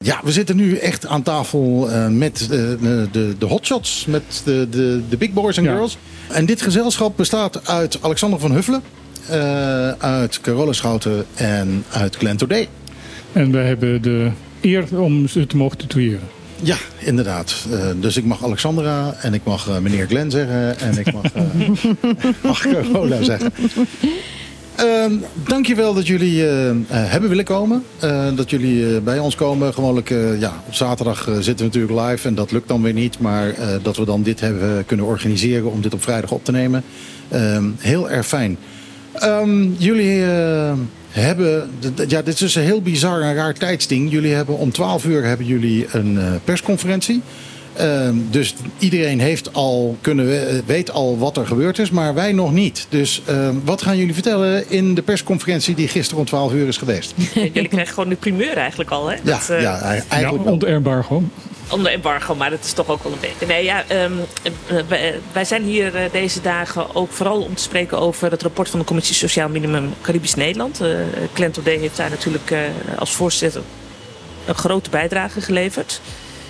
Ja, we zitten nu echt aan tafel met de hotshots, met de big boys en girls. En dit gezelschap bestaat uit Alexander van Huffelen, uit Carola Schouten en uit Glenn Taudet. En wij hebben de eer om ze te mogen tutoyeren. Ja, inderdaad. Dus ik mag Alexandra en ik mag meneer Glenn zeggen en ik mag Carola zeggen. Dankjewel dat jullie hebben willen komen. Dat jullie bij ons komen. Gewoonlijk, op zaterdag zitten we natuurlijk live en dat lukt dan weer niet. Maar dat we dan dit hebben kunnen organiseren om dit op vrijdag op te nemen. Heel erg fijn. Jullie hebben... dit is dus een heel bizar en raar tijdsding. Jullie hebben om 12 uur hebben jullie een persconferentie. Dus iedereen weet al wat er gebeurd is, maar wij nog niet. Dus wat gaan jullie vertellen in de persconferentie die gisteren om 12 uur is geweest? Jullie krijgen gewoon de primeur eigenlijk al, hè? Eigenlijk onder embargo. Onder embargo, maar dat is toch ook wel een beetje. Nee, wij zijn hier deze dagen ook vooral om te spreken over het rapport van de Commissie Sociaal Minimum Caribisch Nederland. Glenn Taudet heeft daar natuurlijk als voorzitter een grote bijdrage geleverd.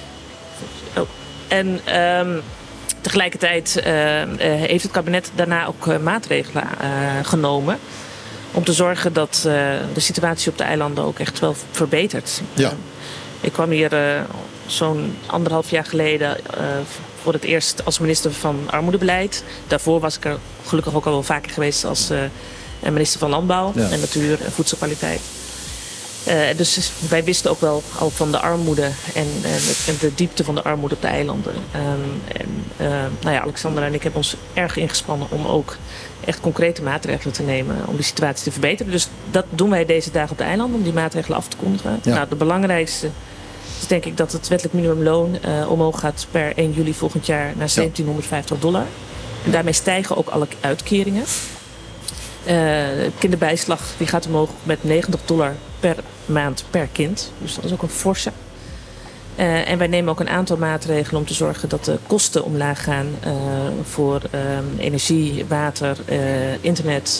En tegelijkertijd heeft het kabinet daarna ook maatregelen genomen om te zorgen dat de situatie op de eilanden ook echt wel verbetert. Ja. Ik kwam hier zo'n 1,5 jaar geleden voor het eerst als minister van Armoedebeleid. Daarvoor was ik er gelukkig ook al wel vaker geweest als minister van Landbouw en Natuur en Voedselkwaliteit. Dus wij wisten ook wel al van de armoede en de diepte van de armoede op de eilanden. Alexandra en ik hebben ons erg ingespannen om ook echt concrete maatregelen te nemen om die situatie te verbeteren. Dus dat doen wij deze dagen op de eilanden om die maatregelen af te kondigen. Ja. Nou, de belangrijkste is denk ik dat het wettelijk minimumloon omhoog gaat per 1 juli volgend jaar naar $1750. En daarmee stijgen ook alle uitkeringen. Kinderbijslag die gaat omhoog met $90 per maand per kind. Dus dat is ook een forse. En wij nemen ook een aantal maatregelen om te zorgen dat de kosten omlaag gaan voor energie, water, internet.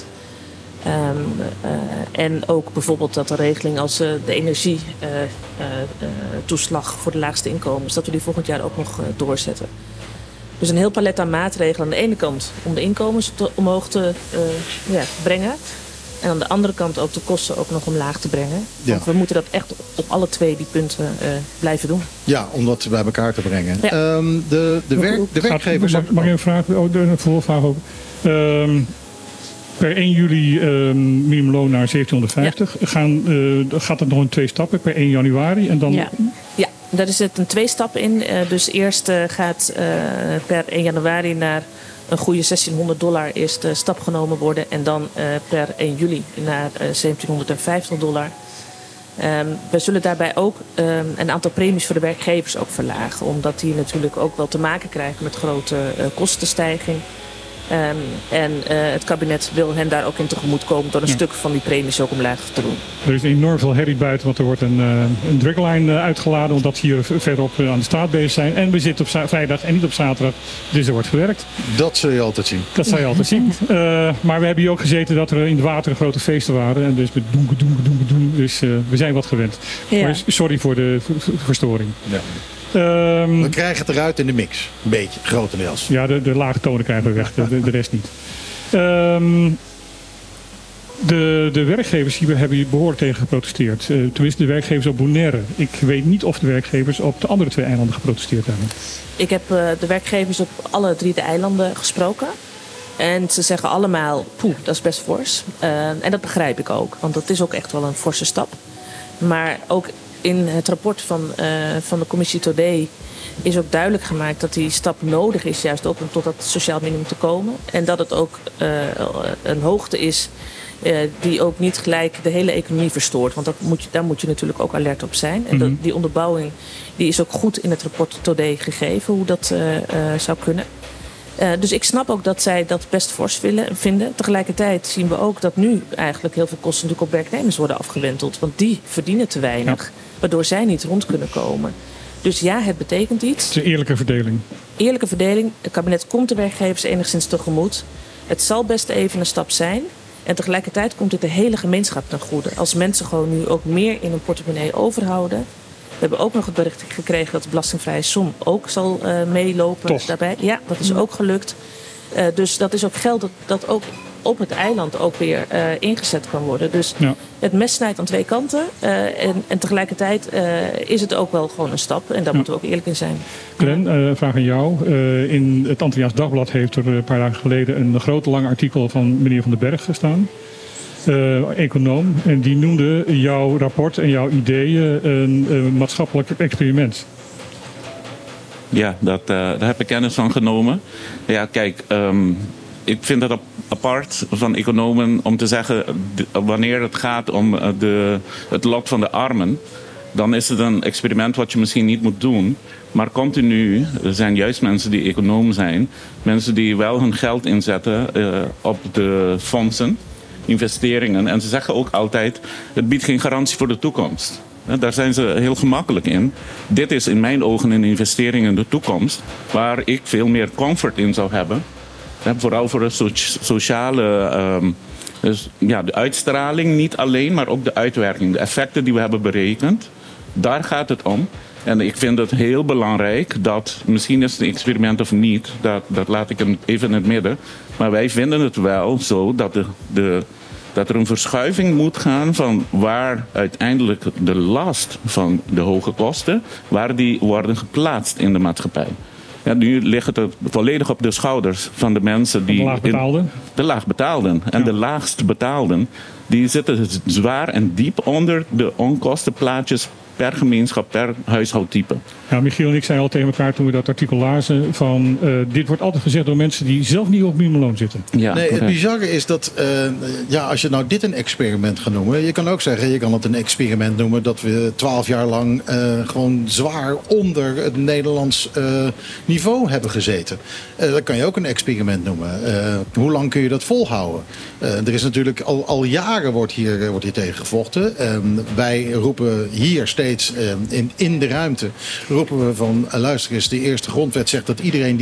En ook bijvoorbeeld dat de regeling als de energietoeslag voor de laagste inkomens, dat we die volgend jaar ook nog doorzetten. Dus een heel palet aan maatregelen aan de ene kant om de inkomens omhoog te brengen. En aan de andere kant ook de kosten ook nog omlaag te brengen. Want we moeten dat echt op alle twee die punten blijven doen. Ja, om dat bij elkaar te brengen. Ja. De werkgevers... Mag ik een vraag? Een vervolgvraag ook. Per 1 juli minimumloon naar 1750. Gaat het nog in 2 stappen? Per 1 januari en dan... Ja, daar zit een 2 stappen in. Dus eerst gaat per 1 januari naar een goede $1600 eerst stap genomen worden. En dan per 1 juli naar $1750. We zullen daarbij ook een aantal premies voor de werkgevers ook verlagen. Omdat die natuurlijk ook wel te maken krijgen met grote kostenstijging. Het kabinet wil hen daar ook in tegemoet komen door een stuk van die premies ook omlaag te doen. Er is enorm veel herrie buiten, want er wordt een drugline uitgeladen omdat we hier verderop aan de straat bezig zijn. En we zitten op vrijdag en niet op zaterdag, dus er wordt gewerkt. Dat zul je altijd zien. Dat zal je altijd zien. Maar we hebben hier ook gezeten dat er in het water grote feesten waren. En dus met doen. Dus we zijn wat gewend. Ja. Sorry voor de verstoring. Ja. We krijgen het eruit in de mix. Een beetje, grotendeels. Ja, de lage tonen krijgen we weg, de rest niet. De werkgevers hier hebben hier behoorlijk tegen geprotesteerd. Tenminste, de werkgevers op Bonaire. Ik weet niet of de werkgevers op de andere 2 eilanden geprotesteerd hebben. Ik heb de werkgevers op alle 3 de eilanden gesproken. En ze zeggen allemaal, dat is best fors. En dat begrijp ik ook, want dat is ook echt wel een forse stap. Maar ook in het rapport van de commissie Taudet is ook duidelijk gemaakt dat die stap nodig is, juist ook om tot dat sociaal minimum te komen. En dat het ook een hoogte is die ook niet gelijk de hele economie verstoort. Want daar moet je natuurlijk ook alert op zijn. En die onderbouwing die is ook goed in het rapport Taudet gegeven, hoe dat zou kunnen. Dus ik snap ook dat zij dat best fors vinden. Tegelijkertijd zien we ook dat nu eigenlijk heel veel kosten natuurlijk op werknemers worden afgewenteld. Want die verdienen te weinig, waardoor zij niet rond kunnen komen. Dus ja, het betekent iets. Het is een eerlijke verdeling. Eerlijke verdeling. Het kabinet komt de werkgevers enigszins tegemoet. Het zal best even een stap zijn. En tegelijkertijd komt het de hele gemeenschap ten goede. Als mensen gewoon nu ook meer in hun portemonnee overhouden, We hebben ook nog het bericht gekregen dat de belastingvrije som ook zal meelopen. Toch? Daarbij. Ja, dat is ook gelukt. Dus dat is ook geld dat ook op het eiland ook weer ingezet kan worden. Dus het mes snijdt aan twee kanten. En tegelijkertijd is het ook wel gewoon een stap. En daar moeten we ook eerlijk in zijn. Glenn, vraag aan jou. In het Antilliaans Dagblad heeft er een paar dagen geleden een groot lang artikel van meneer Van den Berg gestaan. Econoom. En die noemde jouw rapport en jouw ideeën een maatschappelijk experiment. Ja, daar heb ik kennis van genomen. Ja, kijk, ik vind het apart van economen om te zeggen, wanneer het gaat om het lot van de armen, dan is het een experiment wat je misschien niet moet doen. Maar continu zijn juist mensen die econoom zijn, mensen die wel hun geld inzetten op de fondsen, investeringen. En ze zeggen ook altijd, het biedt geen garantie voor de toekomst. Daar zijn ze heel gemakkelijk in. Dit is in mijn ogen een investering in de toekomst, waar ik veel meer comfort in zou hebben. Vooral voor de sociale, dus ja, de uitstraling niet alleen, maar ook de uitwerking. De effecten die we hebben berekend, daar gaat het om. En ik vind het heel belangrijk dat, misschien is het een experiment of niet, dat laat ik even in het midden. Maar wij vinden het wel zo dat dat er een verschuiving moet gaan van waar uiteindelijk de last van de hoge kosten, waar die worden geplaatst in de maatschappij. Ja, nu ligt het volledig op de schouders van de mensen die... De laagbetaalden. En de laagst betaalden, die zitten zwaar en diep onder de onkostenplaatjes per gemeenschap, per huishoudtype. Ja, Michiel en ik zeiden al tegen elkaar toen we dat artikel lazen van dit wordt altijd gezegd door mensen die zelf niet op minimumloon zitten. Ja, nee, het bizarre is dat als je nou dit een experiment gaat noemen, je kan ook zeggen, je kan het een experiment noemen dat we 12 jaar lang gewoon zwaar onder het Nederlands niveau hebben gezeten. Dat kan je ook een experiment noemen. Hoe lang kun je dat volhouden? Er is natuurlijk al jaren wordt hier tegen gevochten. Wij roepen hier steeds in de ruimte roepen we van, luister eens, de eerste grondwet zegt dat iedereen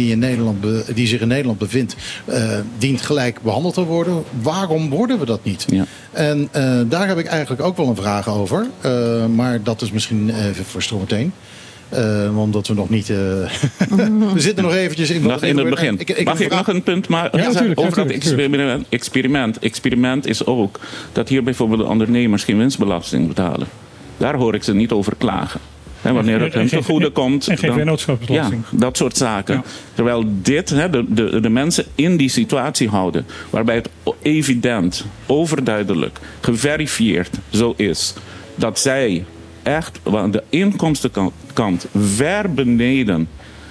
die zich in Nederland bevindt, dient gelijk behandeld te worden. Waarom worden we dat niet? Ja. En daar heb ik eigenlijk ook wel een vraag over. Maar dat is misschien even voor zometeen. Omdat we nog niet... we zitten nog eventjes in het begin. Mag ik nog een punt maken over dat experiment? Experiment is ook dat hier bijvoorbeeld de ondernemers geen winstbelasting betalen. Daar hoor ik ze niet over klagen. Wanneer het hem te goede komt. En geen vennootschapsbelasting. Ja, dat soort zaken. Ja. Terwijl dit de mensen in die situatie houden. Waarbij het evident, overduidelijk, geverifieerd zo is. Dat zij echt aan de inkomstenkant ver beneden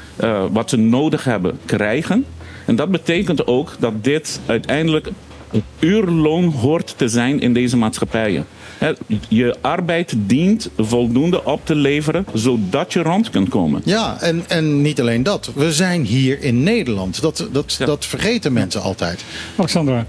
wat ze nodig hebben krijgen. En dat betekent ook dat dit uiteindelijk het uurloon hoort te zijn in deze maatschappijen. Je arbeid dient voldoende op te leveren, zodat je rond kunt komen. Ja, en niet alleen dat. We zijn hier in Nederland. Dat vergeten mensen altijd. Alexandra,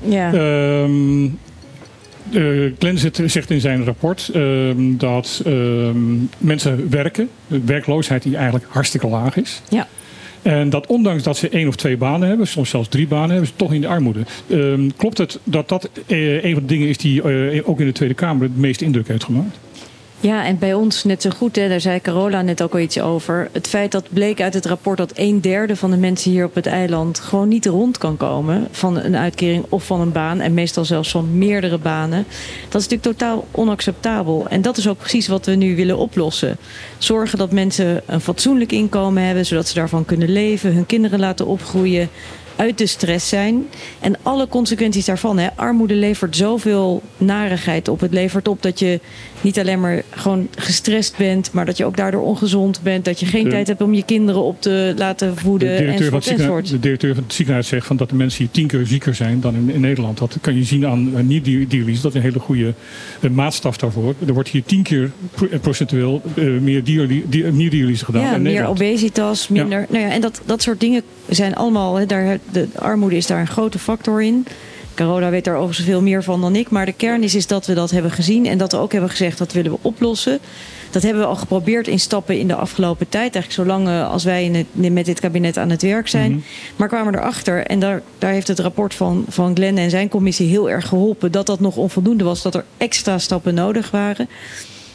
Glenn zegt in zijn rapport dat mensen werken. De werkloosheid die eigenlijk hartstikke laag is. Ja. En dat ondanks dat ze 1 of 2 banen hebben, soms zelfs 3 banen hebben, ze toch in de armoede. Klopt het dat een van de dingen is die ook in de Tweede Kamer het meeste indruk heeft gemaakt? Ja, en bij ons net zo goed, daar zei Carola net ook al iets over. Het feit dat bleek uit het rapport dat 1/3 van de mensen hier op het eiland gewoon niet rond kan komen van een uitkering of van een baan. En meestal zelfs van meerdere banen. Dat is natuurlijk totaal onacceptabel. En dat is ook precies wat we nu willen oplossen. Zorgen dat mensen een fatsoenlijk inkomen hebben, zodat ze daarvan kunnen leven, hun kinderen laten opgroeien, uit de stress zijn. En alle consequenties daarvan. Armoede levert zoveel narigheid op. Het levert op dat je niet alleen maar gewoon gestrest bent, maar dat je ook daardoor ongezond bent. Dat je geen tijd hebt om je kinderen op te laten voeden. De directeur van het ziekenhuis zegt van dat de mensen hier 10 keer zieker zijn dan in Nederland. Dat kan je zien aan nierdialyse. Dat is een hele goede maatstaf daarvoor. Er wordt hier 10 keer procentueel meer nierdialyse gedaan. Ja, meer obesitas, minder. Ja. Nou ja, en dat soort dingen zijn allemaal. De armoede is daar een grote factor in. Carola weet daar overigens veel meer van dan ik. Maar de kern is dat we dat hebben gezien. En dat we ook hebben gezegd dat willen we oplossen. Dat hebben we al geprobeerd in stappen in de afgelopen tijd. Eigenlijk zolang als wij met dit kabinet aan het werk zijn. Mm-hmm. Maar kwamen erachter. En daar heeft het rapport van Glenn en zijn commissie heel erg geholpen. Dat nog onvoldoende was. Dat er extra stappen nodig waren.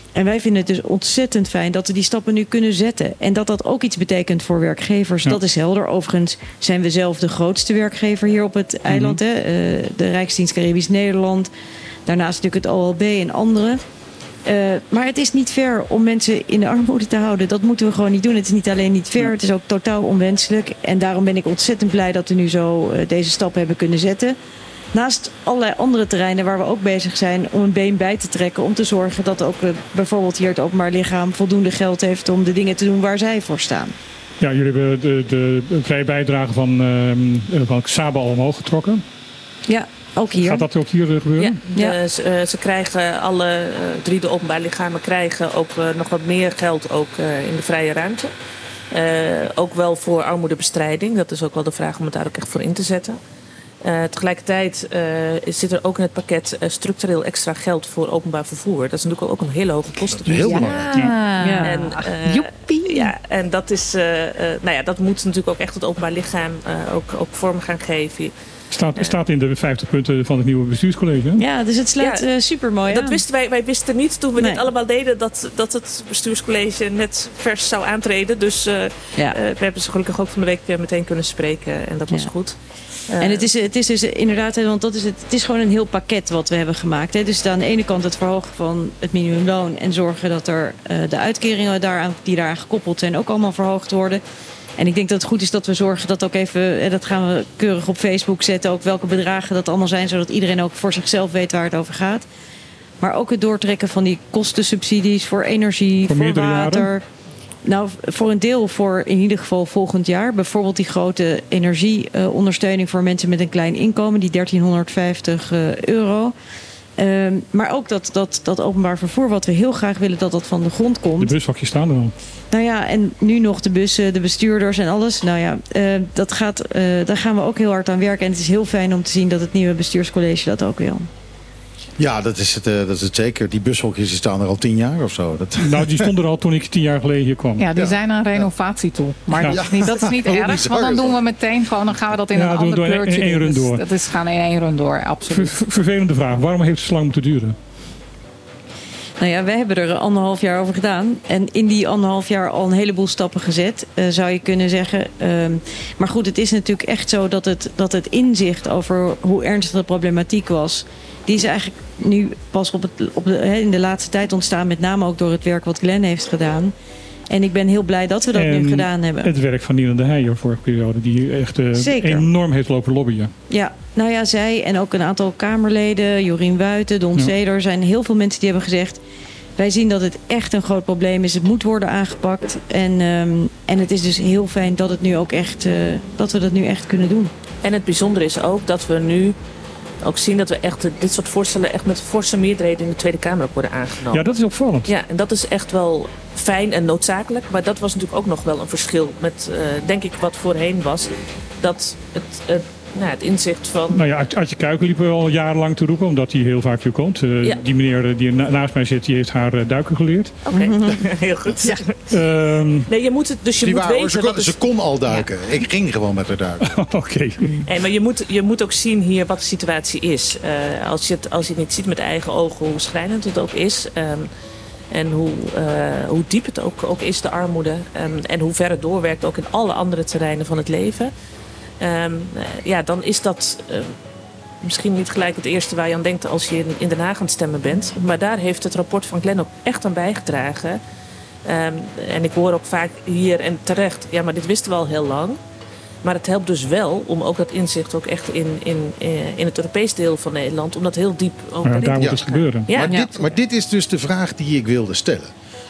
En wij vinden het dus ontzettend fijn dat we die stappen nu kunnen zetten. En dat dat ook iets betekent voor werkgevers. Ja. Dat is helder. Overigens zijn we zelf de grootste werkgever hier op het eiland. De Rijksdienst Caribisch Nederland. Daarnaast natuurlijk het OLB en anderen. Maar het is niet fair om mensen in de armoede te houden. Dat moeten we gewoon niet doen. Het is niet alleen niet fair, het is ook totaal onwenselijk. En daarom ben ik ontzettend blij dat we nu zo deze stap hebben kunnen zetten. Naast allerlei andere terreinen waar we ook bezig zijn om een been bij te trekken. Om te zorgen dat ook bijvoorbeeld hier het openbaar lichaam voldoende geld heeft om de dingen te doen waar zij voor staan. Ja, jullie hebben de vrije bijdrage van Saba al omhoog getrokken. Ja. Ook hier. Gaat dat ook hier gebeuren? Ja. Ze krijgen alle 3 de openbaar lichamen krijgen ook nog wat meer geld ook in de vrije ruimte. Ook wel voor armoedebestrijding. Dat is ook wel de vraag om het daar ook echt voor in te zetten. Tegelijkertijd zit er ook in het pakket structureel extra geld voor openbaar vervoer. Dat is natuurlijk ook een hele hoge kosten. Heel belangrijk. En dat is, dat moet natuurlijk ook echt het openbaar lichaam ook vorm gaan geven. Staat in de 50 punten van het nieuwe bestuurscollege. Ja, dus het sluit supermooi aan. Dat wisten wij wisten niet toen we dit allemaal deden dat het bestuurscollege net vers zou aantreden. Dus we hebben ze gelukkig ook van de week meteen kunnen spreken en dat was goed. En het is dus inderdaad, want het is gewoon een heel pakket wat we hebben gemaakt. Hè. Dus aan de ene kant het verhogen van het minimumloon en zorgen dat er de uitkeringen die daaraan gekoppeld zijn ook allemaal verhoogd worden. En ik denk dat het goed is dat we zorgen dat ook even, dat gaan we keurig op Facebook zetten, ook welke bedragen dat allemaal zijn, zodat iedereen ook voor zichzelf weet waar het over gaat. Maar ook het doortrekken van die kostensubsidies voor energie, voor water. Jaren? Nou, voor een deel voor in ieder geval volgend jaar. Bijvoorbeeld die grote energieondersteuning voor mensen met een klein inkomen, die €1350. Maar ook dat openbaar vervoer, wat we heel graag willen dat van de grond komt. De bushokjes staan er al. Nou ja, en nu nog de bussen, de bestuurders en alles. Nou ja, daar gaan we ook heel hard aan werken. En het is heel fijn om te zien dat het nieuwe bestuurscollege dat ook wil. Ja, dat is het zeker. Die bushokjes die staan er al 10 jaar of zo. Nou, die stonden er al toen ik 10 jaar geleden hier kwam. Ja, die zijn aan renovatie toe. Maar dat is niet erg, want dan doen we meteen gewoon, dan gaan we dat in een ander kleurtje in één run door. Dat is gaan in 1 run door, absoluut. Vervelende vraag. Waarom heeft het zo lang moeten duren? Nou ja, wij hebben er 1,5 jaar over gedaan. En in die 1,5 jaar al een heleboel stappen gezet, zou je kunnen zeggen. Maar goed, het is natuurlijk echt zo dat het inzicht over hoe ernstig de problematiek was, die is eigenlijk nu pas in de laatste tijd ontstaan. Met name ook door het werk wat Glenn heeft gedaan. En ik ben heel blij dat we dat nu gedaan hebben. Het werk van Nina de Heijer vorige periode, die echt enorm heeft lopen lobbyen. Ja, nou ja, zij en ook een aantal Kamerleden, Jorien Wuiten, Don Seder, zijn heel veel mensen die hebben gezegd, wij zien dat het echt een groot probleem is. Het moet worden aangepakt. En het is dus heel fijn dat het nu ook echt, dat we dat nu echt kunnen doen. En het bijzondere is ook dat we nu ook zien dat we echt dit soort voorstellen echt met forse meerderheden in de Tweede Kamer ook worden aangenomen. Ja, dat is opvallend. Ja, en dat is echt wel fijn en noodzakelijk. Maar dat was natuurlijk ook nog wel een verschil met, denk ik, wat voorheen was. Dat het inzicht van... Nou ja, Adje Kuiken liep al jarenlang te roepen, omdat hij heel vaak hier komt. Die meneer die naast mij zit, die heeft haar duiken geleerd. Oké, heel goed. Ja. Nee, je moet het, dus je moet weten... Ze kon al duiken. Ja. Ik ging gewoon met haar duiken. Oké. Nee, maar je moet ook zien hier wat de situatie is. Als je het niet ziet met eigen ogen, hoe schrijnend het ook is. En hoe diep het ook is, de armoede. En hoe ver het doorwerkt ook in alle andere terreinen van het leven. Dan is dat misschien niet gelijk het eerste waar je aan denkt als je in Den Haag aan het stemmen bent. Maar daar heeft het rapport van Glenn ook echt aan bijgedragen. En ik hoor ook vaak hier en terecht, ja, maar dit wisten we al heel lang. Maar het helpt dus wel om ook dat inzicht ook echt in het Europees deel van Nederland, om dat heel diep ook daar moet het gebeuren. Ja. Maar dit is dus de vraag die ik wilde stellen.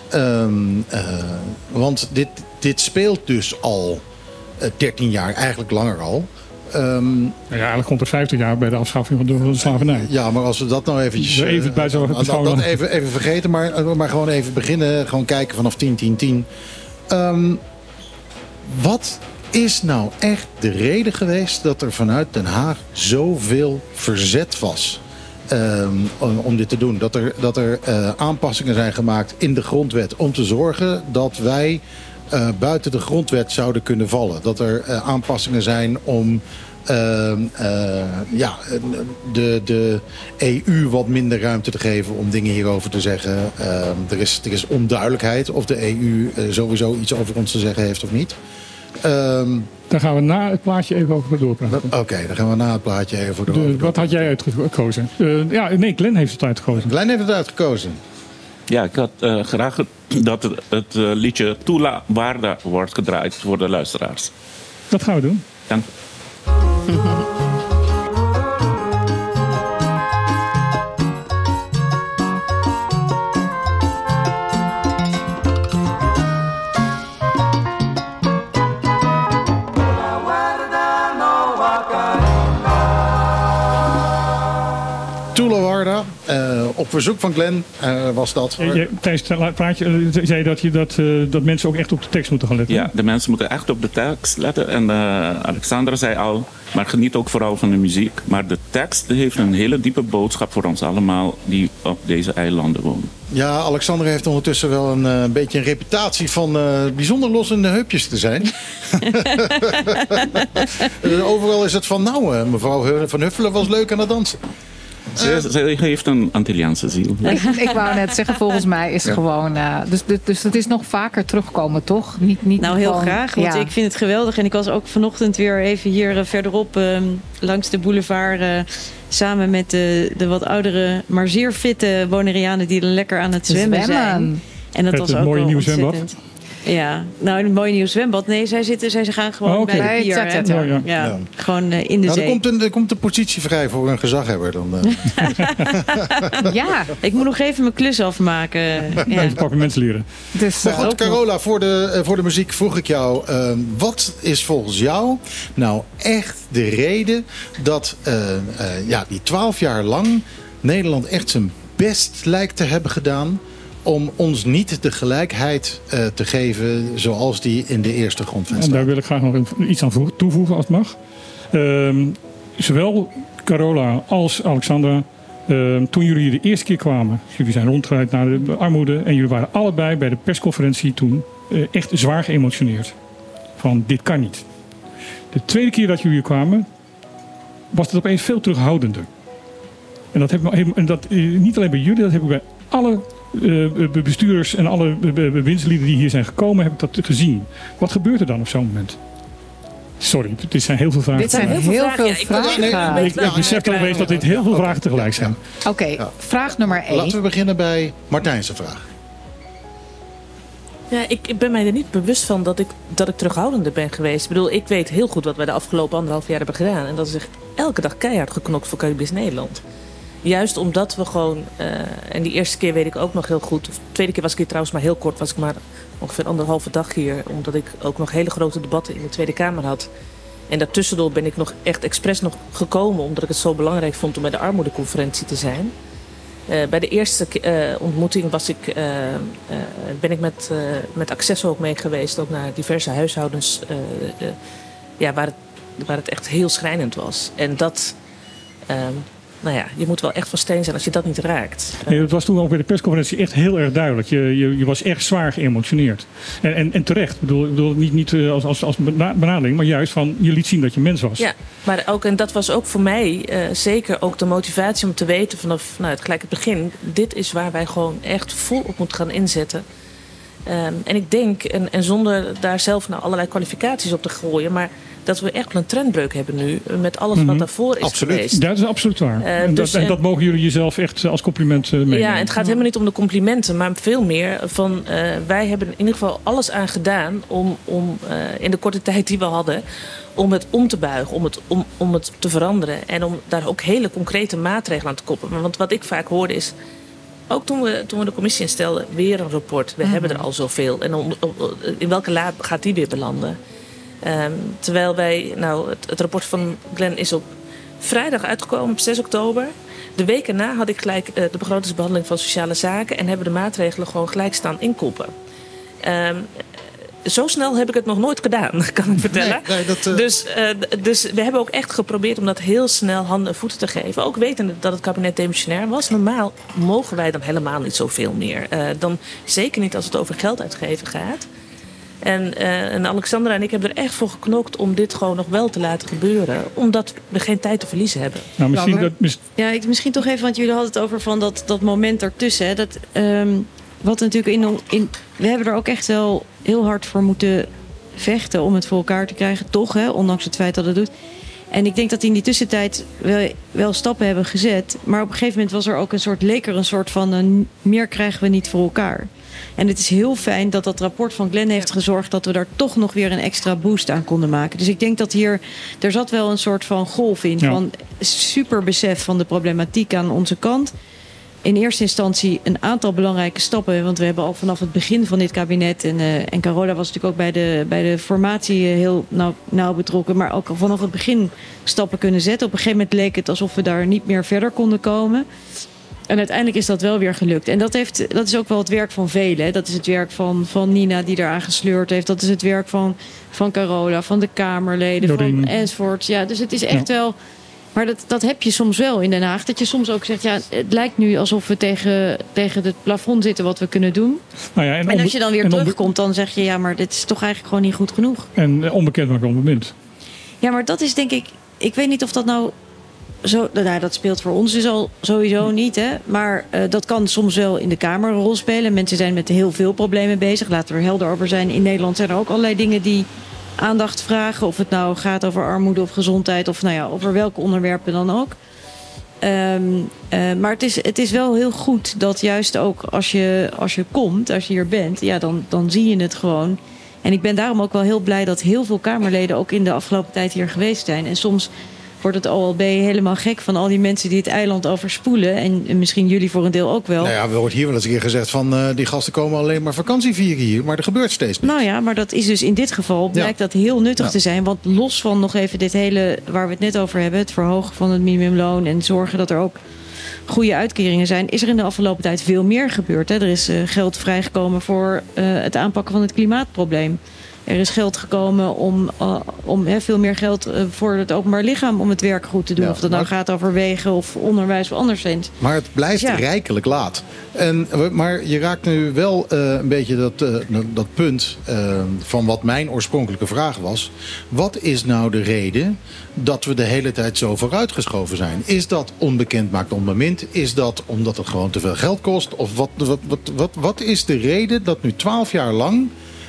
Want dit speelt dus al 13 jaar, eigenlijk langer al. Eigenlijk komt er 50 jaar bij de afschaffing van de slavernij. Ja, maar als we dat nou eventjes... Even bij zo even vergeten, maar gewoon even beginnen. Gewoon kijken vanaf 10. Wat is nou echt de reden geweest dat er vanuit Den Haag zoveel verzet was om dit te doen? Dat er aanpassingen zijn gemaakt in de grondwet om te zorgen dat wij buiten de grondwet zouden kunnen vallen. Dat er aanpassingen zijn om de EU wat minder ruimte te geven om dingen hierover te zeggen. Er is onduidelijkheid of de EU sowieso iets over ons te zeggen heeft of niet. Daar gaan we na het plaatje even over doorpraten. Oké, daar gaan we na het plaatje even over doorpraten. Wat had jij uitgekozen? Glenn heeft het uitgekozen. Glenn heeft het uitgekozen. Ja, ik had graag dat het liedje Tula Warda wordt gedraaid voor de luisteraars. Dat gaan we doen. Dank. Tula Warda, op verzoek van Glenn was dat. Tijdens het praatje zei je dat mensen ook echt op de tekst moeten gaan letten. Ja, de mensen moeten echt op de tekst letten. En Alexandra zei al, maar geniet ook vooral van de muziek. Maar de tekst heeft een hele diepe boodschap voor ons allemaal die op deze eilanden wonen. Ja, Alexandra heeft ondertussen wel een beetje een reputatie van bijzonder los in de heupjes te zijn. Overal is het van, mevrouw Van Huffelen was leuk aan het dansen. Ze heeft een Antilliaanse ziel. Ik wou net zeggen, volgens mij is het gewoon... Dus het is nog vaker terugkomen, toch? Niet nou, heel graag. Want ik vind het geweldig. En ik was ook vanochtend weer even hier verderop langs de boulevard... samen met de wat oudere, maar zeer fitte Bonaireanen... die er lekker aan het zwemmen zijn. En dat was ook mooie nieuwe zwembad. Ja, nou een mooi nieuw zwembad. Nee, zij gaan gewoon bij de pier. Ja, gewoon in de zee. Er komt een positie vrij voor een gezaghebber. Dan, Ja, ik moet nog even mijn klus afmaken. Even pakken leren. Dus, maar goed, Carola, voor de muziek vroeg ik jou... wat is volgens jou nou echt de reden dat die 12 jaar lang... Nederland echt zijn best lijkt te hebben gedaan... om ons niet de gelijkheid te geven zoals die in de eerste grondwet staat. En daar wil ik graag nog iets aan toevoegen als het mag. Zowel Carola als Alexandra, toen jullie de eerste keer kwamen... jullie zijn rondgeleid naar de armoede... en jullie waren allebei bij de persconferentie toen echt zwaar geëmotioneerd. Van dit kan niet. De tweede keer dat jullie kwamen was het opeens veel terughoudender. En dat niet alleen bij jullie, dat heb ik bij alle... bestuurders en alle bewindslieden die hier zijn gekomen, heb ik dat gezien. Wat gebeurt er dan op zo'n moment? Sorry, dit zijn heel veel vragen. Dit zijn heel veel vragen. Ik besef alweer dat dit heel veel vragen tegelijk zijn. Oké, vraag nummer 1. Laten we beginnen bij Martijn's vraag. Ja, ik ben mij er niet bewust van dat ik terughoudender ben geweest. Ik bedoel, ik weet heel goed wat wij de afgelopen 1,5 jaar hebben gedaan. En dat is echt elke dag keihard geknokt voor Caribisch Nederland. Juist omdat we gewoon... en die eerste keer weet ik ook nog heel goed. De tweede keer was ik hier trouwens maar heel kort. Was ik maar ongeveer 1,5 dag hier. Omdat ik ook nog hele grote debatten in de Tweede Kamer had. En daartussendoor ben ik nog echt expres nog gekomen. Omdat ik het zo belangrijk vond om bij de armoedeconferentie te zijn. Bij de eerste ontmoeting ben ik met Accesso ook mee geweest. Ook naar diverse huishoudens. Waar het echt heel schrijnend was. En dat... je moet wel echt van steen zijn als je dat niet raakt. Nee, dat was toen ook bij de persconferentie echt heel erg duidelijk. Je was echt zwaar geëmotioneerd. En terecht. Ik bedoel niet als benadeling, maar juist van je liet zien dat je mens was. Ja, maar ook, en dat was ook voor mij zeker ook de motivatie om te weten vanaf gelijk het begin. Dit is waar wij gewoon echt vol op moeten gaan inzetten. En ik denk, en zonder daar zelf allerlei kwalificaties op te gooien, maar dat we echt een trendbreuk hebben nu met alles wat daarvoor is geweest. Dat is absoluut waar. En dat mogen jullie jezelf echt als compliment meenemen. Ja, het gaat helemaal niet om de complimenten, maar veel meer van wij hebben in ieder geval alles aan gedaan om in de korte tijd die we hadden, om het om te buigen, om het te veranderen en om daar ook hele concrete maatregelen aan te koppelen. Want wat ik vaak hoorde is, ook toen we de commissie instelden, weer een rapport. We hebben er al zoveel. En in welke la gaat die weer belanden? Terwijl wij, het rapport van Glenn is op vrijdag uitgekomen, op 6 oktober. De week erna had ik gelijk de begrotingsbehandeling van sociale zaken en hebben de maatregelen gewoon gelijk staan inkoppen. Zo snel heb ik het nog nooit gedaan, kan ik vertellen. Dus we hebben ook echt geprobeerd om dat heel snel handen en voeten te geven. Ook wetende dat het kabinet demissionair was. Normaal mogen wij dan helemaal niet zoveel meer. Dan zeker niet als het over geld uitgeven gaat. En Alexandra en ik hebben er echt voor geknokt om dit gewoon nog wel te laten gebeuren. Omdat we geen tijd te verliezen hebben. Nou, misschien toch even, want jullie hadden het over van dat moment ertussen. Hè, wat natuurlijk we hebben er ook echt wel heel hard voor moeten vechten om het voor elkaar te krijgen. Toch, hè, ondanks het feit dat het doet. En ik denk dat in die tussentijd wel stappen hebben gezet. Maar op een gegeven moment was er ook leek er een soort van meer krijgen we niet voor elkaar. En het is heel fijn dat dat rapport van Glenn heeft gezorgd dat we daar toch nog weer een extra boost aan konden maken. Dus ik denk dat er zat wel een soort van golf in. Ja. Van super besef van de problematiek aan onze kant. In eerste instantie een aantal belangrijke stappen. Want we hebben al vanaf het begin van dit kabinet. En Carola was natuurlijk ook bij de formatie heel nauw betrokken. Maar ook al vanaf het begin stappen kunnen zetten. Op een gegeven moment leek het alsof we daar niet meer verder konden komen. En uiteindelijk is dat wel weer gelukt. En dat is ook wel het werk van velen. Hè. Dat is het werk van Nina die eraan gesleurd heeft. Dat is het werk van Carola, van de Kamerleden, van enzovoort. Ja, dus het is echt wel... Maar dat heb je soms wel in Den Haag. Dat je soms ook zegt, het lijkt nu alsof we tegen het plafond zitten wat we kunnen doen. Nou ja, en als je dan weer terugkomt, dan zeg je... maar dit is toch eigenlijk gewoon niet goed genoeg. En onbekend maar onbemind. Ja, maar dat is denk ik... Ik weet niet of dat nou... dat speelt voor ons dus al sowieso niet. Hè? Maar dat kan soms wel in de Kamer een rol spelen. Mensen zijn met heel veel problemen bezig. Laten we er helder over zijn. In Nederland zijn er ook allerlei dingen die aandacht vragen. Of het nou gaat over armoede of gezondheid. Of over welke onderwerpen dan ook. Maar het is wel heel goed dat juist ook als je komt, als je hier bent, dan zie je het gewoon. En ik ben daarom ook wel heel blij dat heel veel Kamerleden ook in de afgelopen tijd hier geweest zijn. En soms wordt het OLB helemaal gek van al die mensen die het eiland overspoelen. En misschien jullie voor een deel ook wel. Nou ja, we wordt hier wel eens een keer gezegd van die gasten komen alleen maar vakantie vieren hier. Maar er gebeurt steeds niks. Nou ja, maar dat is dus in dit geval blijkt dat heel nuttig te zijn. Want los van nog even dit hele waar we het net over hebben. Het verhogen van het minimumloon en zorgen dat er ook goede uitkeringen zijn. Is er in de afgelopen tijd veel meer gebeurd. Hè? Er is geld vrijgekomen voor het aanpakken van het klimaatprobleem. Er is geld gekomen om veel meer geld voor het openbaar lichaam om het werk goed te doen. Of dat nou gaat over wegen of onderwijs of anderszins. Maar het blijft rijkelijk laat. Maar je raakt nu wel een beetje dat punt van wat mijn oorspronkelijke vraag was. Wat is nou de reden dat we de hele tijd zo vooruitgeschoven zijn? Is dat onbekend maakt onbemind? Is dat omdat het gewoon te veel geld kost? Of wat is de reden dat nu 12 jaar lang...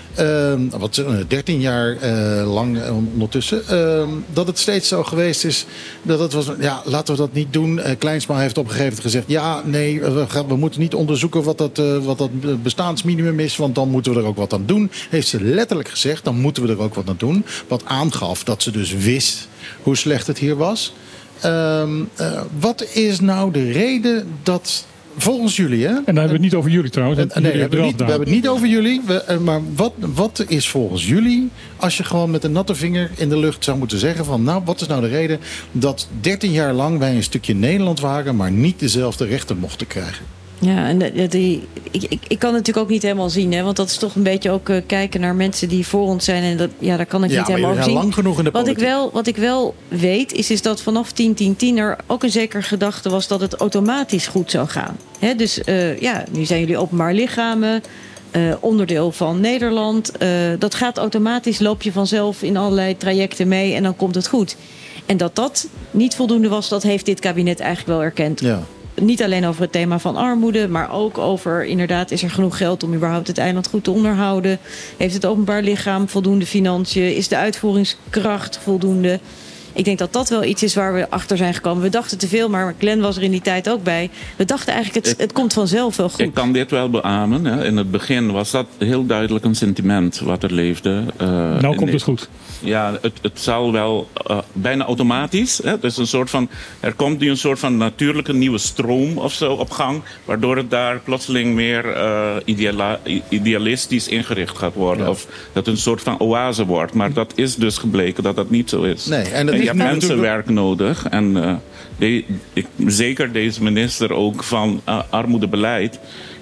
13 jaar lang ondertussen. Dat het steeds zo geweest is. Dat het was, laten we dat niet doen. Kleinsma heeft op een gegeven moment gezegd... we moeten niet onderzoeken wat dat bestaansminimum is... want dan moeten we er ook wat aan doen. Heeft ze letterlijk gezegd, dan moeten we er ook wat aan doen. Wat aangaf dat ze dus wist hoe slecht het hier was. Wat is nou de reden dat... Volgens jullie, hè? En dan hebben we het niet over jullie trouwens. We hebben het niet over jullie. Maar wat is volgens jullie... als je gewoon met een natte vinger in de lucht zou moeten zeggen... van wat is nou de reden dat 13 jaar lang wij een stukje Nederland waren... maar niet dezelfde rechten mochten krijgen? Ja, en ik kan het natuurlijk ook niet helemaal zien. Hè, want dat is toch een beetje ook kijken naar mensen die voor ons zijn. En daar kan ik niet helemaal over zien. Lang genoeg in de politiek. Wat ik wel weet, is dat vanaf 10-10-10 er ook een zekere gedachte was... dat het automatisch goed zou gaan. Hè, dus nu zijn jullie openbaar lichamen... onderdeel van Nederland. Dat gaat automatisch, loop je vanzelf in allerlei trajecten mee... en dan komt het goed. En dat niet voldoende was, dat heeft dit kabinet eigenlijk wel erkend. Ja. Niet alleen over het thema van armoede, maar ook over... inderdaad, is er genoeg geld om überhaupt het eiland goed te onderhouden? Heeft het openbaar lichaam voldoende financiën? Is de uitvoeringskracht voldoende? Ik denk dat dat wel iets is waar we achter zijn gekomen. We dachten te veel, maar Glenn was er in die tijd ook bij. We dachten eigenlijk, het komt vanzelf wel goed. Ik kan dit wel beamen. Hè. In het begin was dat heel duidelijk een sentiment wat er leefde. Nou komt het goed. Ja, het zal wel bijna automatisch. Hè. Dus er komt nu een soort van natuurlijke nieuwe stroom of zo op gang. Waardoor het daar plotseling meer idealistisch ingericht gaat worden. Ja. Of dat het een soort van oase wordt. Maar dat is dus gebleken dat dat niet zo is. Nee, en je hebt mensenwerk nodig. En zeker deze minister ook van armoedebeleid.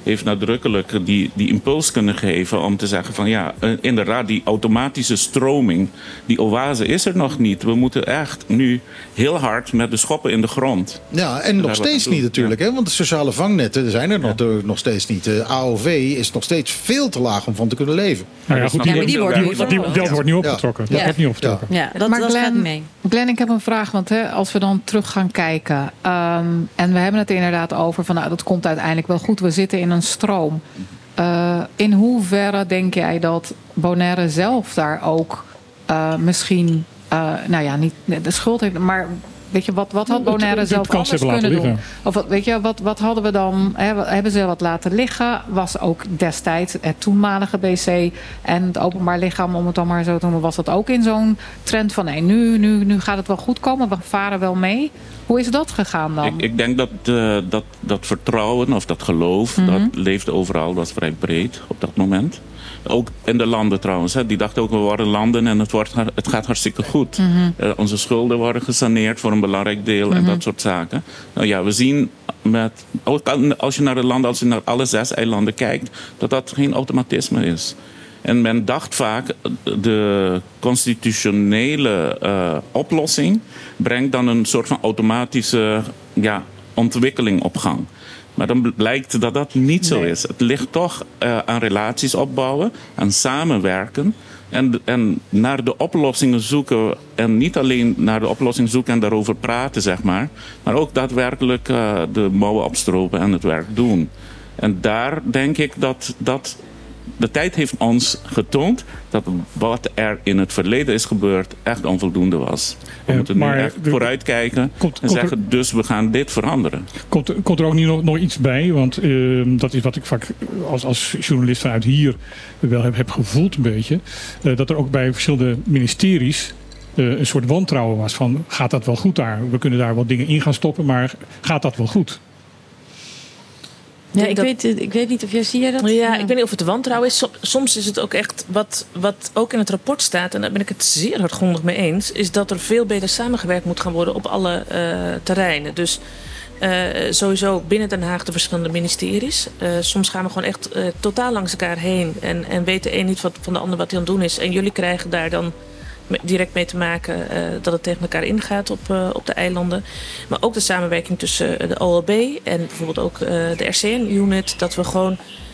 heeft nadrukkelijk die impuls kunnen geven om te zeggen van ja, inderdaad, die automatische stroming, die oase is er nog niet. We moeten echt nu heel hard met de schoppen in de grond. Ja, en nog steeds niet natuurlijk, hè? Want de sociale vangnetten zijn er nog steeds niet. De AOW is nog steeds veel te laag om van te kunnen leven. Nou ja, goed, die wordt niet opgetrokken. Dat wordt niet opgetrokken. Ja, dat gaat niet mee. Glenn, ik heb een vraag, want als we dan terug gaan kijken, en we hebben het er inderdaad over van dat komt uiteindelijk wel goed. We zitten in een stroom. In hoeverre denk jij dat Bonaire zelf daar ook misschien, niet de schuld heeft, maar weet je, wat had Bonaire zelf anders kunnen doen? Of wat hadden we dan? Hebben ze wat laten liggen? Was ook destijds het toenmalige BC en het openbaar lichaam, om het dan maar zo te noemen, was dat ook in zo'n trend van nee, nu gaat het wel goed komen, we varen wel mee. Hoe is dat gegaan dan? Ik denk dat vertrouwen of dat geloof, dat leefde overal, was vrij breed op dat moment. Ook in de landen trouwens. Die dachten ook, we worden landen en het gaat hartstikke goed. Onze schulden worden gesaneerd voor een belangrijk deel en dat soort zaken. Nou ja, we zien als je naar de landen, als je naar alle 6 eilanden kijkt, dat geen automatisme is. En men dacht vaak, de constitutionele oplossing brengt dan een soort van automatische ontwikkeling op gang. Maar dan blijkt dat dat niet zo is. Het ligt toch aan relaties opbouwen, aan samenwerken. En naar de oplossingen zoeken. En niet alleen naar de oplossing zoeken en daarover praten, zeg maar. Maar ook daadwerkelijk de mouwen opstropen en het werk doen. En daar denk ik dat de tijd heeft ons getoond dat wat er in het verleden is gebeurd echt onvoldoende was. We moeten nu echt vooruitkijken en zeggen, dus we gaan dit veranderen. Komt er ook niet nog iets bij? Want dat is wat ik vaak als journalist vanuit hier wel heb gevoeld een beetje. Dat er ook bij verschillende ministeries een soort wantrouwen was van, gaat dat wel goed daar? We kunnen daar wat dingen in gaan stoppen, maar gaat dat wel goed? Ja, ik weet niet of zie jij dat? Ja, ik weet niet of het wantrouwen is. Soms is het ook echt wat ook in het rapport staat, en daar ben ik het zeer hardgrondig mee eens, is dat er veel beter samengewerkt moet gaan worden op alle terreinen. Dus sowieso binnen Den Haag de verschillende ministeries. Soms gaan we gewoon echt totaal langs elkaar heen en weet de een niet van de ander wat hij aan het doen is. En jullie krijgen daar dan direct mee te maken dat het tegen elkaar ingaat op de eilanden. Maar ook de samenwerking tussen de OLB en bijvoorbeeld ook de RCN-unit. Dat we gewoon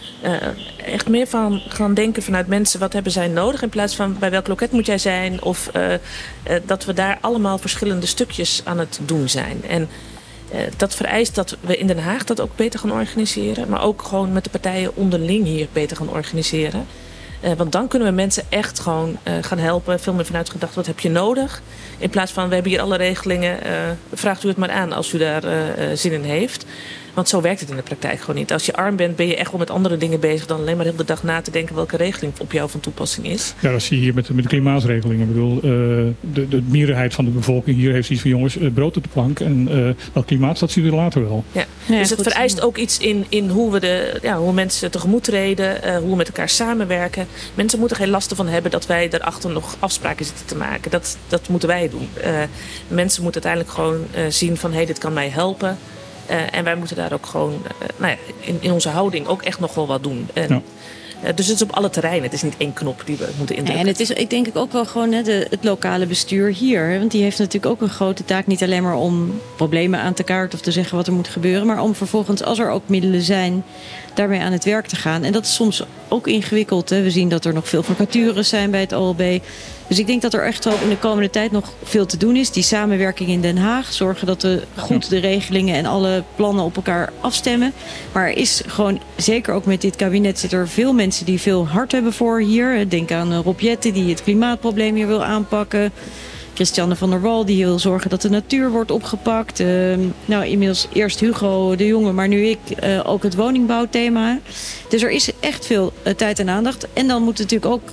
echt meer van gaan denken vanuit mensen, wat hebben zij nodig, in plaats van bij welk loket moet jij zijn. Of dat we daar allemaal verschillende stukjes aan het doen zijn. En dat vereist dat we in Den Haag dat ook beter gaan organiseren. Maar ook gewoon met de partijen onderling hier beter gaan organiseren. Want dan kunnen we mensen echt gewoon gaan helpen. Veel meer vanuit gedacht, wat heb je nodig? In plaats van, we hebben hier alle regelingen. Vraagt u het maar aan als u daar zin in heeft. Want zo werkt het in de praktijk gewoon niet. Als je arm bent, ben je echt wel met andere dingen bezig dan alleen maar de hele dag na te denken welke regeling op jou van toepassing is. Ja, dat zie je hier met de klimaatregelingen. Ik bedoel, de meerderheid van de bevolking hier heeft iets van, jongens, brood op de plank. En dat klimaat, dat zien we later wel. Ja. Dus het vereist ook iets in hoe we hoe mensen tegemoet treden, hoe we met elkaar samenwerken. Mensen moeten geen last ervan hebben dat wij daarachter nog afspraken zitten te maken. Dat moeten wij doen. Mensen moeten uiteindelijk gewoon zien van, dit kan mij helpen. En wij moeten daar ook gewoon in onze houding ook echt nog wel wat doen. En, dus het is op alle terreinen. Het is niet één knop die we moeten indrukken. En het is, ik denk ook wel gewoon het lokale bestuur hier. Want die heeft natuurlijk ook een grote taak. Niet alleen maar om problemen aan te kaarten of te zeggen wat er moet gebeuren. Maar om vervolgens, als er ook middelen zijn, daarmee aan het werk te gaan. En dat is soms ook ingewikkeld. Hè. We zien dat er nog veel vacatures zijn bij het OLB. Dus ik denk dat er echt wel in de komende tijd nog veel te doen is. Die samenwerking in Den Haag. Zorgen dat we goed de regelingen en alle plannen op elkaar afstemmen. Maar er is gewoon, zeker ook met dit kabinet, zitten er veel mensen die veel hart hebben voor hier. Denk aan Rob Jetten, die het klimaatprobleem hier wil aanpakken. Christiane van der Wal, die wil zorgen dat de natuur wordt opgepakt. Inmiddels eerst Hugo de Jonge, maar nu ik ook het woningbouwthema. Dus er is echt veel tijd en aandacht. En dan moet natuurlijk ook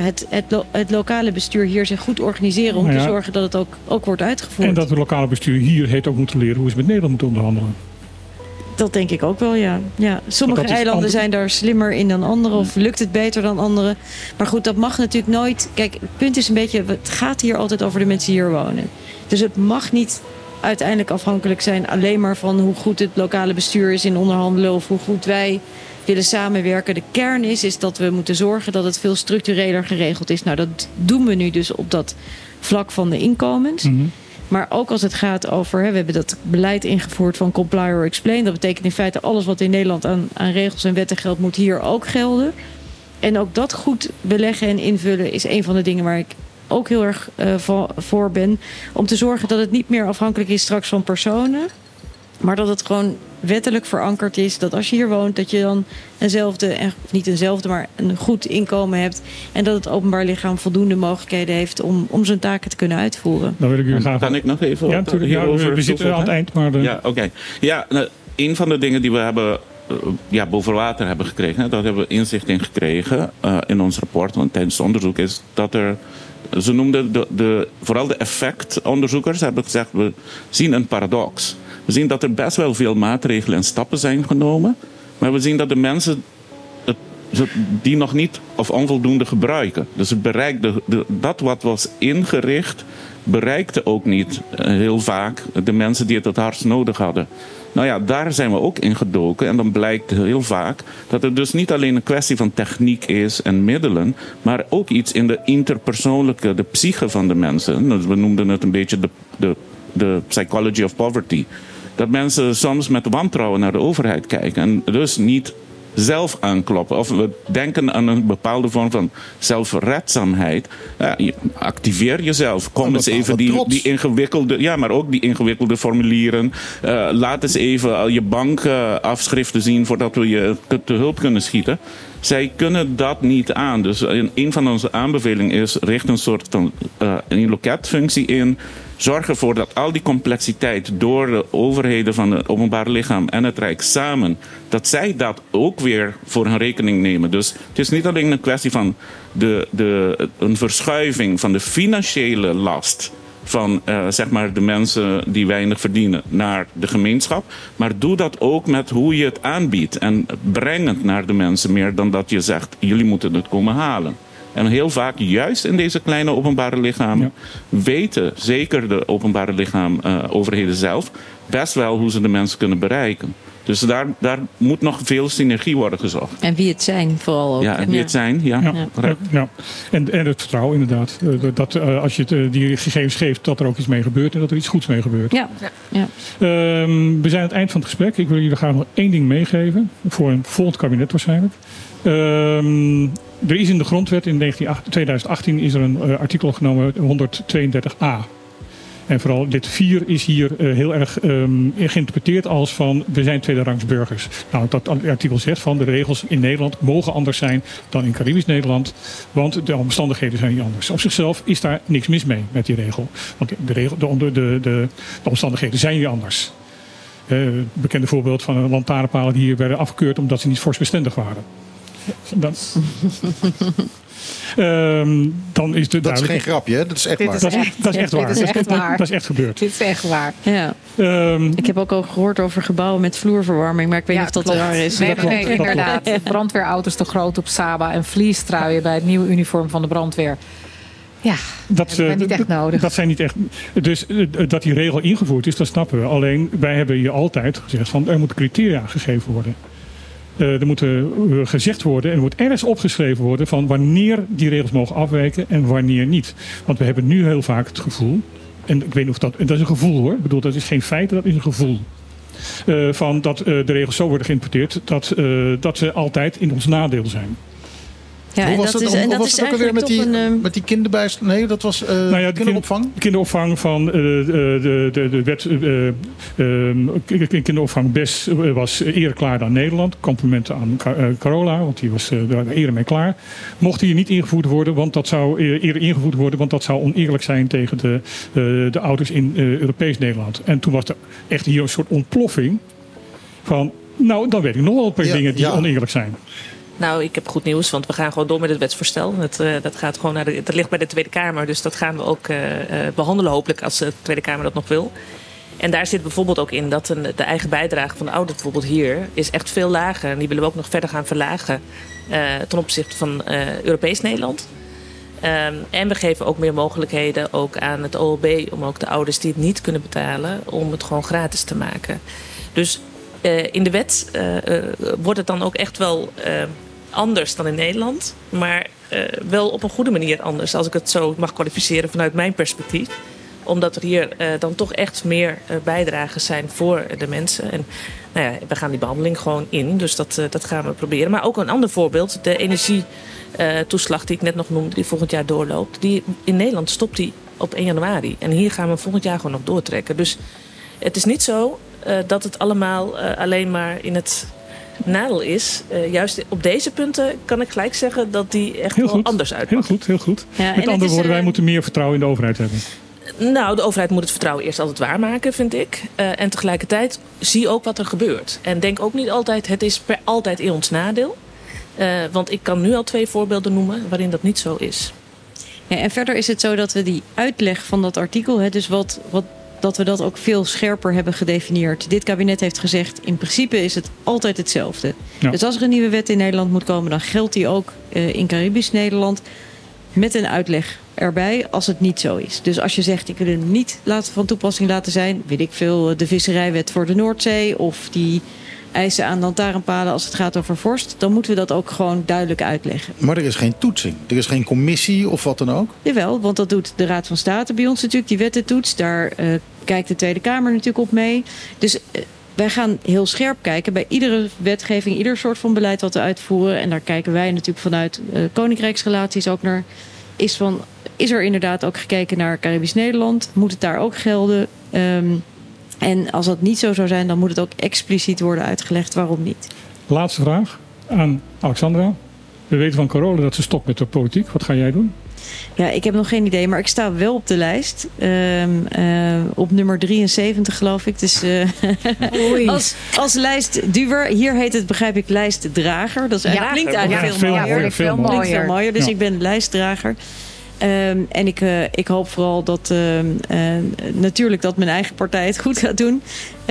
het lokale bestuur hier zich goed organiseren om te zorgen dat het ook wordt uitgevoerd. En dat het lokale bestuur hier heeft ook moeten leren hoe ze met Nederland moeten onderhandelen. Dat denk ik ook wel, ja. Sommige eilanden zijn daar slimmer in dan andere, of lukt het beter dan anderen. Maar goed, dat mag natuurlijk nooit. Kijk, het punt is een beetje, het gaat hier altijd over de mensen die hier wonen. Dus het mag niet uiteindelijk afhankelijk zijn alleen maar van hoe goed het lokale bestuur is in onderhandelen, of hoe goed wij willen samenwerken. De kern is dat we moeten zorgen dat het veel structureler geregeld is. Nou, dat doen we nu dus op dat vlak van de inkomens. Mm-hmm. Maar ook als het gaat over, we hebben dat beleid ingevoerd van comply or explain. Dat betekent in feite alles wat in Nederland aan regels en wetten geldt, moet hier ook gelden. En ook dat goed beleggen en invullen is een van de dingen waar ik ook heel erg voor ben. Om te zorgen dat het niet meer afhankelijk is straks van personen. Maar dat het gewoon wettelijk verankerd is. Dat als je hier woont, dat je dan niet eenzelfde, maar een goed inkomen hebt. En dat het openbaar lichaam voldoende mogelijkheden heeft om zijn taken te kunnen uitvoeren. Dan wil ik u graag. Kan ik nog even? Ja, natuurlijk. We zitten aan het eind. Maar Ja, oké. Ja, een van de dingen die we hebben boven water hebben gekregen. Daar hebben we inzicht in gekregen in ons rapport. Want tijdens het onderzoek is dat er. Ze noemden vooral de effectonderzoekers hebben gezegd, we zien een paradox. We zien dat er best wel veel maatregelen en stappen zijn genomen. Maar we zien dat de mensen die nog niet of onvoldoende gebruiken. Dus het bereikt dat wat was ingericht, bereikte ook niet heel vaak de mensen die het hardst nodig hadden. Nou ja, daar zijn we ook in gedoken. En dan blijkt heel vaak dat het dus niet alleen een kwestie van techniek is en middelen, maar ook iets in de interpersoonlijke, de psyche van de mensen. Dus we noemden het een beetje de psychology of poverty. Dat mensen soms met wantrouwen naar de overheid kijken en dus niet zelf aankloppen. Of we denken aan een bepaalde vorm van zelfredzaamheid. Activeer jezelf. Kom eens even die ingewikkelde, maar ook die ingewikkelde formulieren. Laat eens even al je bankafschriften zien voordat we je te hulp kunnen schieten. Zij kunnen dat niet aan. Dus een van onze aanbevelingen is, richt een soort van een loketfunctie in. Zorg ervoor dat al die complexiteit door de overheden van het openbaar lichaam en het Rijk samen, dat zij dat ook weer voor hun rekening nemen. Dus het is niet alleen een kwestie van een verschuiving van de financiële last van zeg maar de mensen die weinig verdienen naar de gemeenschap. Maar doe dat ook met hoe je het aanbiedt. En breng het naar de mensen meer dan dat je zegt, jullie moeten het komen halen. En heel vaak, juist in deze kleine openbare lichamen, weten zeker de openbare lichaam, overheden zelf, best wel hoe ze de mensen kunnen bereiken. Dus daar moet nog veel synergie worden gezocht. En wie het zijn vooral ook. Ja, en wie het zijn, ja. En het vertrouwen inderdaad. Dat als je die gegevens geeft, dat er ook iets mee gebeurt en dat er iets goeds mee gebeurt. Ja. We zijn aan het eind van het gesprek. Ik wil jullie graag nog één ding meegeven. Voor een volgend kabinet waarschijnlijk. Er is in de grondwet in 2018 is er een artikel genomen, 132a. En vooral lid 4 is hier heel erg geïnterpreteerd als van, we zijn tweederangs burgers. Nou, dat artikel zegt van, de regels in Nederland mogen anders zijn dan in Caribisch Nederland. Want de omstandigheden zijn niet anders. Op zichzelf is daar niks mis mee met die regel. Want de omstandigheden zijn niet anders. Het bekende voorbeeld van lantaarnpalen die hier werden afgekeurd omdat ze niet vorstbestendig waren. Dan is dat is geen grapje, hè? Dat is echt waar. Dat is echt waar. Dat is echt gebeurd. Dit is echt waar. Ja. Ik heb ook al gehoord over gebouwen met vloerverwarming, maar ik weet niet of dat er waar is. Nee, inderdaad. Brandweerauto's te groot op Saba en vliestruien bij het nieuwe uniform van de brandweer. Ja, dat zijn niet echt nodig. Dat zijn niet echt. Dus dat die regel ingevoerd is, dat snappen we. Alleen, wij hebben hier altijd gezegd van, er moeten criteria gegeven worden. Er moet gezegd worden en er moet ergens opgeschreven worden van wanneer die regels mogen afwijken en wanneer niet. Want we hebben nu heel vaak het gevoel, en ik weet niet of dat is een gevoel hoor, ik bedoel dat is geen feit, dat is een gevoel. Van dat de regels zo worden geïnterpreteerd dat ze altijd in ons nadeel zijn. Ja, hoe was het ook alweer met die kinderbijstand? Nee, dat was kinderopvang? De kinderopvang van de wet kinderopvang BES was eerder klaar dan Nederland. Complimenten aan Carola, want die was daar eerder mee klaar. Mocht hier niet ingevoerd worden, want dat zou eerder ingevoerd worden, want dat zou oneerlijk zijn tegen de ouders in Europees Nederland. En toen was er echt hier een soort ontploffing van, nou, dan weet ik nog wel een paar dingen die oneerlijk zijn. Nou, ik heb goed nieuws, want we gaan gewoon door met het wetsvoorstel. Dat gaat gewoon dat ligt bij de Tweede Kamer, dus dat gaan we ook behandelen hopelijk als de Tweede Kamer dat nog wil. En daar zit bijvoorbeeld ook in dat de eigen bijdrage van de ouders bijvoorbeeld hier is echt veel lager. En die willen we ook nog verder gaan verlagen ten opzichte van Europees Nederland. En we geven ook meer mogelijkheden ook aan het OLB om ook de ouders die het niet kunnen betalen, om het gewoon gratis te maken. Dus In de wet wordt het dan ook echt wel anders dan in Nederland. Maar wel op een goede manier anders. Als ik het zo mag kwalificeren vanuit mijn perspectief. Omdat er hier dan toch echt meer bijdragen zijn voor de mensen. En nou ja, we gaan die behandeling gewoon in. Dus dat gaan we proberen. Maar ook een ander voorbeeld. De energietoeslag die ik net nog noemde. Die volgend jaar doorloopt. In Nederland stopt die op 1 januari. En hier gaan we volgend jaar gewoon nog doortrekken. Dus het is niet zo dat het allemaal alleen maar in het nadeel is. Juist op deze punten kan ik gelijk zeggen dat die echt wel anders uitpakken. Heel goed. Ja, met andere woorden, wij moeten meer vertrouwen in de overheid hebben. Nou, de overheid moet het vertrouwen eerst altijd waarmaken, vind ik. En tegelijkertijd zie ook wat er gebeurt. En denk ook niet altijd, het is altijd in ons nadeel. Want ik kan nu al 2 voorbeelden noemen waarin dat niet zo is. Ja, en verder is het zo dat we die uitleg van dat artikel, dus dat we dat ook veel scherper hebben gedefinieerd. Dit kabinet heeft gezegd, in principe is het altijd hetzelfde. Ja. Dus als er een nieuwe wet in Nederland moet komen, dan geldt die ook in Caribisch Nederland met een uitleg erbij als het niet zo is. Dus als je zegt, ik wil hem niet van toepassing laten zijn, weet ik veel, de visserijwet voor de Noordzee of die eisen aan lantaarnpalen als het gaat over vorst, dan moeten we dat ook gewoon duidelijk uitleggen. Maar er is geen toetsing? Er is geen commissie of wat dan ook? Jawel, want dat doet de Raad van State bij ons natuurlijk, die wettentoets. Daar kijkt de Tweede Kamer natuurlijk op mee. Dus wij gaan heel scherp kijken bij iedere wetgeving, ieder soort van beleid wat we uitvoeren. En daar kijken wij natuurlijk vanuit koninkrijksrelaties ook naar. Is er inderdaad ook gekeken naar Caribisch Nederland? Moet het daar ook gelden? En als dat niet zo zou zijn, dan moet het ook expliciet worden uitgelegd waarom niet. Laatste vraag aan Alexandra. We weten van Carola dat ze stopt met de politiek. Wat ga jij doen? Ja, ik heb nog geen idee, maar ik sta wel op de lijst. Op nummer 73 geloof ik. Dus als lijstduwer. Hier heet het, begrijp ik, lijstdrager. Dat is klinkt eigenlijk veel mooier. Dus ik ben lijstdrager. En ik hoop vooral dat natuurlijk dat mijn eigen partij het goed gaat doen.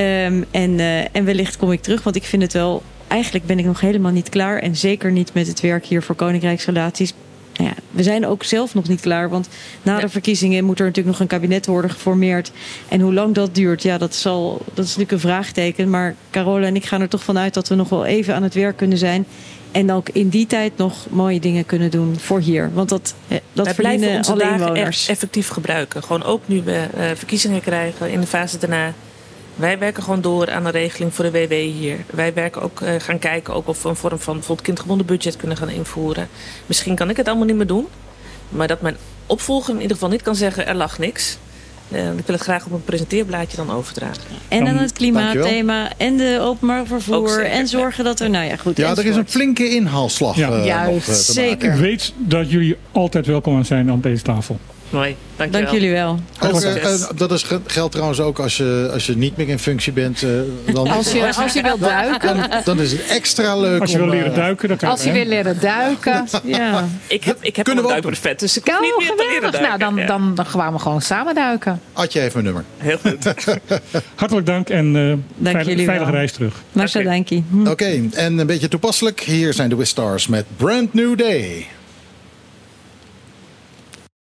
En wellicht kom ik terug, want ik vind het wel. Eigenlijk ben ik nog helemaal niet klaar. En zeker niet met het werk hier voor Koninkrijksrelaties. Nou ja, we zijn ook zelf nog niet klaar. Want na de verkiezingen moet er natuurlijk nog een kabinet worden geformeerd. En hoe lang dat duurt, ja, dat is natuurlijk een vraagteken. Maar Carola en ik gaan er toch vanuit dat we nog wel even aan het werk kunnen zijn. En ook in die tijd nog mooie dingen kunnen doen voor hier. Want dat blijven onze alle dagen inwoners echt effectief gebruiken. Gewoon ook nu we verkiezingen krijgen in de fase daarna. Wij werken gewoon door aan een regeling voor de WW hier. Wij werken ook gaan kijken ook of we een vorm van bijvoorbeeld kindgebonden budget kunnen gaan invoeren. Misschien kan ik het allemaal niet meer doen. Maar dat mijn opvolger in ieder geval niet kan zeggen, er lag niks. Ik wil het graag op een presenteerblaadje dan overdragen. En dan het klimaatthema en de openbaar vervoer. En zorgen dat er, nou ja, goed. Ja, er is een flinke inhaalslag. Juist, zeker. Ik weet dat jullie altijd welkom zijn aan deze tafel. Mooi, dankjewel. Dank jullie wel. Dat geldt trouwens ook als je niet meer in functie bent. Als je wilt duiken. Dan is het extra leuk. Als je wil leren duiken. Dan kan als je wil leren duiken. Ja. Ik heb een duikbrevet, dus ik hoef niet meer te leren duiken. Nou, dan gaan we gewoon samen duiken. Adje heeft mijn nummer. Heel goed. Hartelijk dank en veilige reis terug. Marcia, dank je. Oké, en een beetje toepasselijk. Hier zijn de Wistars met Brand New Day.